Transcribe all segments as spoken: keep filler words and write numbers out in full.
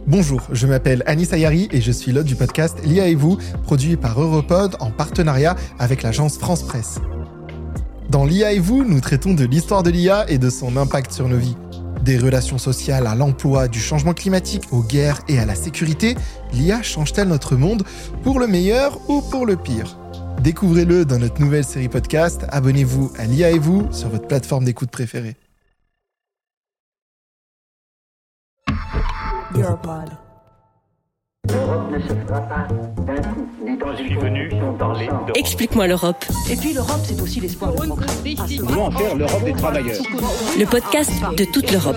Bonjour, je m'appelle Anis Ayari et je suis l'hôte du podcast L'I A et vous, produit par Europod en partenariat avec l'agence France Presse. Dans L'I A et vous, nous traitons de l'histoire de l'I A et de son impact sur nos vies. Des relations sociales à l'emploi, du changement climatique aux guerres et à la sécurité, l'I A change-t-elle notre monde pour le meilleur ou pour le pire ? Découvrez-le dans notre nouvelle série podcast. Abonnez-vous à L'I A et vous sur votre plateforme d'écoute préférée. Europod. L'Europe ne se fera pas d'un coup, ni dans Je une suis venu convention parler d'ensemble. d'Europe. Explique-moi l'Europe, Et puis l'Europe, c'est aussi l'espoir de progrès. Comment faire l'Europe des travailleurs? le podcast de toute l'Europe,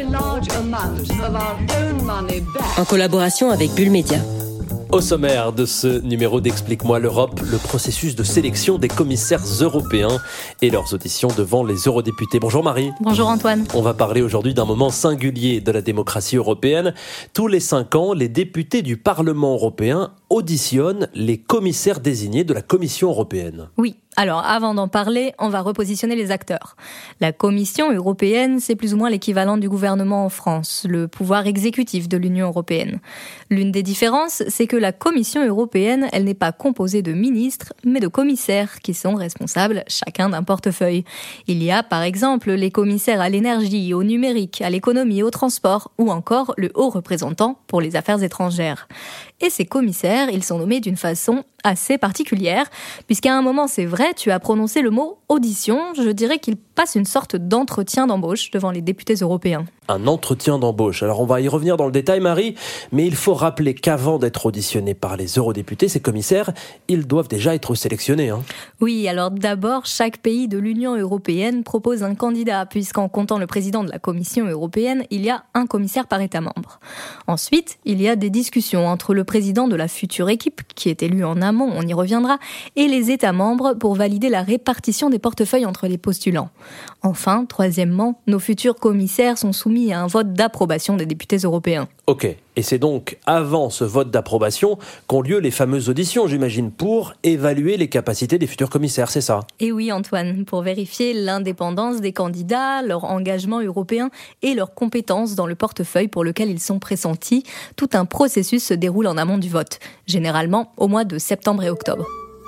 en collaboration avec Bull Media. Au sommaire de ce numéro d'Explique-moi l'Europe, le processus de sélection des commissaires européens et leurs auditions devant les eurodéputés. Bonjour Marie. Bonjour Antoine. On va parler aujourd'hui d'un moment singulier de la démocratie européenne. Tous les cinq ans, les députés du Parlement européen auditionnent les commissaires désignés de la Commission européenne. Oui, alors avant d'en parler, on va repositionner les acteurs. La Commission européenne, c'est plus ou moins l'équivalent du gouvernement en France, le pouvoir exécutif de l'Union européenne. L'une des différences, c'est que la Commission européenne, elle n'est pas composée de ministres, mais de commissaires qui sont responsables chacun d'un portefeuille. Il y a par exemple les commissaires à l'énergie, au numérique, à l'économie, au transport, ou encore le haut représentant pour les affaires étrangères. Et ces commissaires, ils sont nommés d'une façon assez particulière, puisqu'à un moment, c'est vrai, tu as prononcé le mot « audition », je dirais qu'ils passent une sorte d'entretien d'embauche devant les députés européens. Un entretien d'embauche. Alors on va y revenir dans le détail, Marie, mais il faut rappeler qu'avant d'être auditionnés par les eurodéputés, ces commissaires, ils doivent déjà être sélectionnés. Hein. Oui, alors d'abord, chaque pays de l'Union européenne propose un candidat, puisqu'en comptant le président de la Commission européenne, il y a un commissaire par État membre. Ensuite, il y a des discussions entre le président de la future équipe, qui est élu en amont, on y reviendra, et les États membres pour valider la répartition des portefeuilles entre les postulants. Enfin, troisièmement, nos futurs commissaires sont soumis à un vote d'approbation des députés européens. Ok, et c'est donc avant ce vote d'approbation qu'ont lieu les fameuses auditions, j'imagine, pour évaluer les capacités des futurs commissaires, c'est ça ? Et oui Antoine, pour vérifier l'indépendance des candidats, leur engagement européen et leurs compétences dans le portefeuille pour lequel ils sont pressentis, tout un processus se déroule en amont du vote, généralement au mois de septembre et octobre.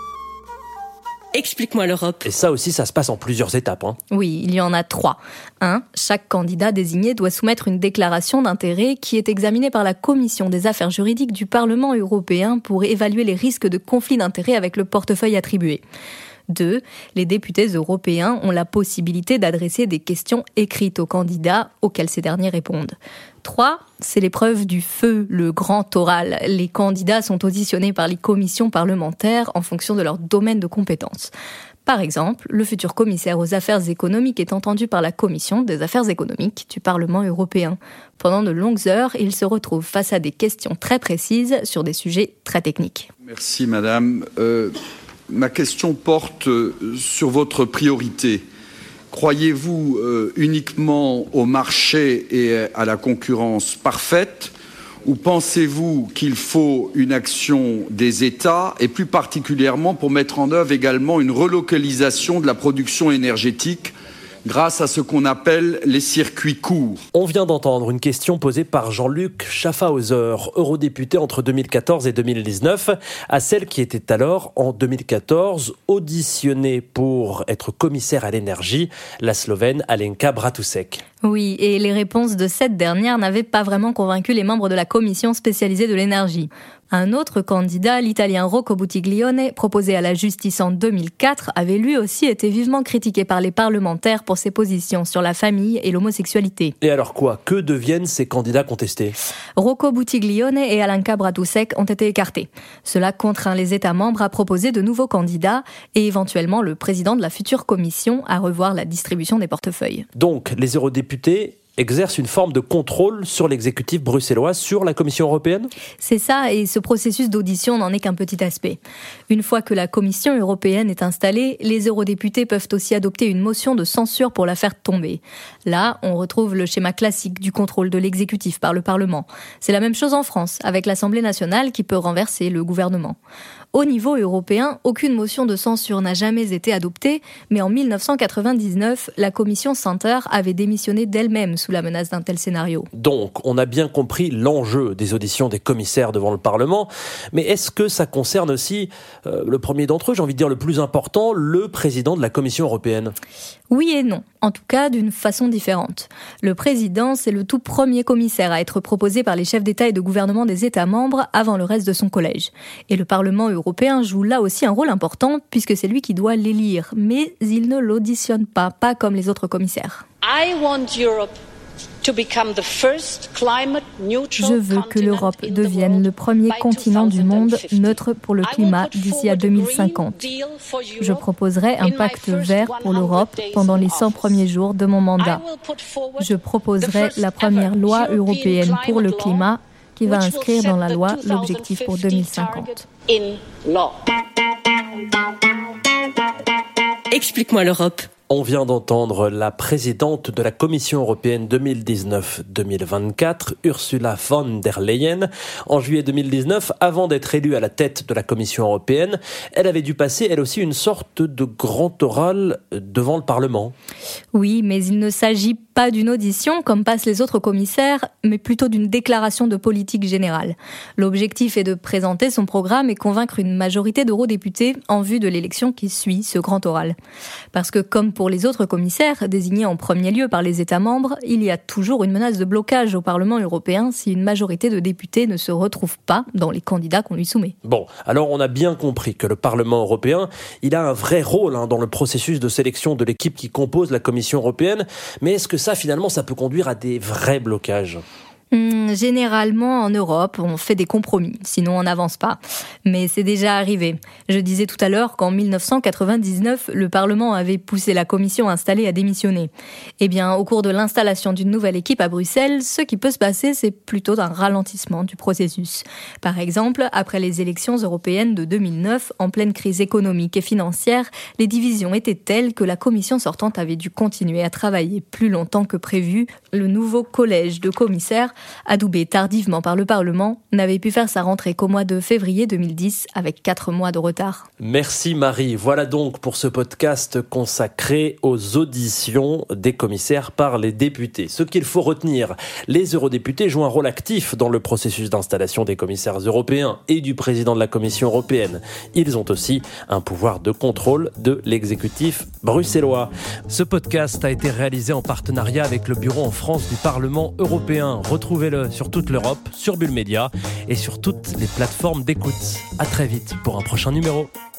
Explique-moi l'Europe. Et ça aussi, ça se passe en plusieurs étapes. Hein. Oui, il y en a trois. Un, chaque candidat désigné doit soumettre une déclaration d'intérêt qui est examinée par la Commission des affaires juridiques du Parlement européen pour évaluer les risques de conflit d'intérêts avec le portefeuille attribué. Deux, les députés européens ont la possibilité d'adresser des questions écrites aux candidats auxquelles ces derniers répondent. Trois, c'est l'épreuve du feu, le grand oral. Les candidats sont auditionnés par les commissions parlementaires en fonction de leur domaine de compétences. Par exemple, le futur commissaire aux affaires économiques est entendu par la Commission des affaires économiques du Parlement européen. Pendant de longues heures, il se retrouve face à des questions très précises sur des sujets très techniques. Merci madame. Euh, ma question porte sur votre priorité. Croyez-vous euh, uniquement au marché et à la concurrence parfaite ou pensez-vous qu'il faut une action des États et plus particulièrement pour mettre en œuvre également une relocalisation de la production énergétique grâce à ce qu'on appelle les circuits courts? On vient d'entendre une question posée par Jean-Luc Schaffhauser, eurodéputé entre deux mille quatorze et deux mille dix-neuf, à celle qui était alors, en deux mille quatorze, auditionnée pour être commissaire à l'énergie, la Slovène Alenka Bratušek. Oui, et les réponses de cette dernière n'avaient pas vraiment convaincu les membres de la commission spécialisée de l'énergie. Un autre candidat, l'Italien Rocco Buttiglione, proposé à la justice en deux mille quatre, avait lui aussi été vivement critiqué par les parlementaires pour ses positions sur la famille et l'homosexualité. Et alors quoi ? Que deviennent ces candidats contestés ? Rocco Buttiglione et Alenka Bratušek ont été écartés. Cela contraint les États membres à proposer de nouveaux candidats et éventuellement le président de la future commission à revoir la distribution des portefeuilles. Donc, les eurodéputés exerce une forme de contrôle sur l'exécutif bruxellois, sur la Commission européenne ? C'est ça, et ce processus d'audition n'en est qu'un petit aspect. Une fois que la Commission européenne est installée, les eurodéputés peuvent aussi adopter une motion de censure pour la faire tomber. Là, on retrouve le schéma classique du contrôle de l'exécutif par le Parlement. C'est la même chose en France, avec l'Assemblée nationale qui peut renverser le gouvernement. Au niveau européen, aucune motion de censure n'a jamais été adoptée, mais en dix-neuf cent quatre-vingt-dix-neuf, la commission Santer avait démissionné d'elle-même sous la menace d'un tel scénario. Donc, on a bien compris l'enjeu des auditions des commissaires devant le Parlement, mais est-ce que ça concerne aussi euh, le premier d'entre eux, j'ai envie de dire le plus important, le président de la Commission européenne ? Oui et non, en tout cas d'une façon différente. Le président, c'est le tout premier commissaire à être proposé par les chefs d'État et de gouvernement des États membres avant le reste de son collège. Et le Parlement européen joue là aussi un rôle important puisque c'est lui qui doit l'élire. Mais il ne l'auditionne pas, pas comme les autres commissaires. I want Europe to become the first climate neutral Je veux que l'Europe devienne le premier continent du monde neutre pour le climat d'ici à deux mille cinquante. Je proposerai un pacte vert pour l'Europe pendant les cent premiers jours de mon mandat. Je proposerai la première loi européenne pour le climat qui va inscrire dans la loi l'objectif pour deux mille cinquante. Explique-moi l'Europe. On vient d'entendre la présidente de la Commission européenne deux mille dix-neuf deux mille vingt-quatre, Ursula von der Leyen. En juillet deux mille dix-neuf, avant d'être élue à la tête de la Commission européenne, elle avait dû passer, elle aussi, une sorte de grand oral devant le Parlement. Oui, mais il ne s'agit pas d'une audition, comme passent les autres commissaires, mais plutôt d'une déclaration de politique générale. L'objectif est de présenter son programme et convaincre une majorité d'eurodéputés en vue de l'élection qui suit ce grand oral. Parce que, comme pour les autres commissaires, désignés en premier lieu par les États membres, il y a toujours une menace de blocage au Parlement européen si une majorité de députés ne se retrouve pas dans les candidats qu'on lui soumet. Bon, alors on a bien compris que le Parlement européen, il a un vrai rôle hein, dans le processus de sélection de l'équipe qui compose la Commission européenne, mais est-ce que ça, finalement, ça peut conduire à des vrais blocages ? Hum, généralement, en Europe, on fait des compromis, sinon on n'avance pas. Mais c'est déjà arrivé. Je disais tout à l'heure qu'en dix-neuf cent quatre-vingt-dix-neuf, le Parlement avait poussé la commission installée à démissionner. Eh bien, au cours de l'installation d'une nouvelle équipe à Bruxelles, ce qui peut se passer, c'est plutôt un ralentissement du processus. Par exemple, après les élections européennes de deux mille neuf, en pleine crise économique et financière, les divisions étaient telles que la commission sortante avait dû continuer à travailler plus longtemps que prévu. Le nouveau collège de commissaires, adoubé tardivement par le Parlement, n'avait pu faire sa rentrée qu'au mois de février deux mille dix, avec quatre mois de retard. Merci Marie. Voilà donc pour ce podcast consacré aux auditions des commissaires par les députés. Ce qu'il faut retenir, les eurodéputés jouent un rôle actif dans le processus d'installation des commissaires européens et du président de la Commission européenne. Ils ont aussi un pouvoir de contrôle de l'exécutif bruxellois. Ce podcast a été réalisé en partenariat avec le bureau en France du Parlement européen. Retrouvez-le sur toute l'Europe, sur Bull Media et sur toutes les plateformes d'écoute. À très vite pour un prochain numéro.